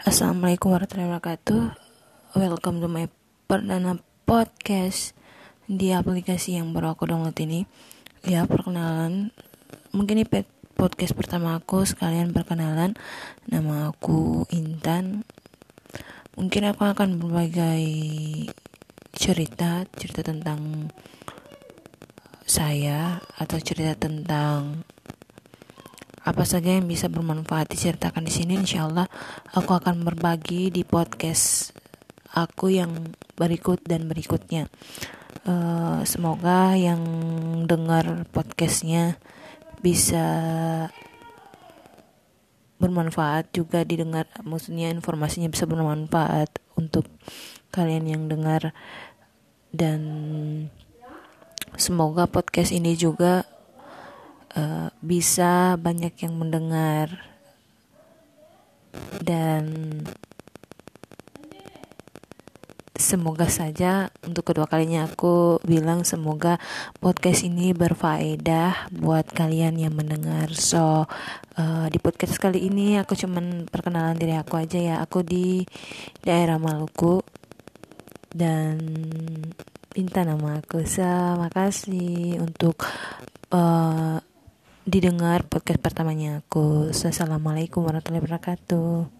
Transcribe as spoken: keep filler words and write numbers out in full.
Assalamualaikum warahmatullahi wabarakatuh. Welcome to my perdana podcast di aplikasi yang baru aku download ini. Ya, perkenalan. Mungkin ini podcast pertama aku, sekalian perkenalan. Nama aku Intan. Mungkin aku akan berbagai cerita, cerita tentang saya atau cerita tentang apa saja yang bisa bermanfaat diceritakan di sini. Insyaallah aku akan berbagi di podcast aku yang berikut dan berikutnya. Uh, semoga yang dengar podcastnya bisa bermanfaat juga didengar, maksudnya informasinya bisa bermanfaat untuk kalian yang dengar, dan semoga podcast ini juga Uh, bisa banyak yang mendengar, dan semoga saja untuk kedua kalinya aku bilang semoga podcast ini berfaedah buat kalian yang mendengar. So uh, di podcast kali ini aku cuman perkenalan diri aku aja ya. Aku di daerah Maluku dan Intan nama aku. Terima kasih untuk uh, didengar podcast pertamanya aku. Assalamualaikum warahmatullahi wabarakatuh.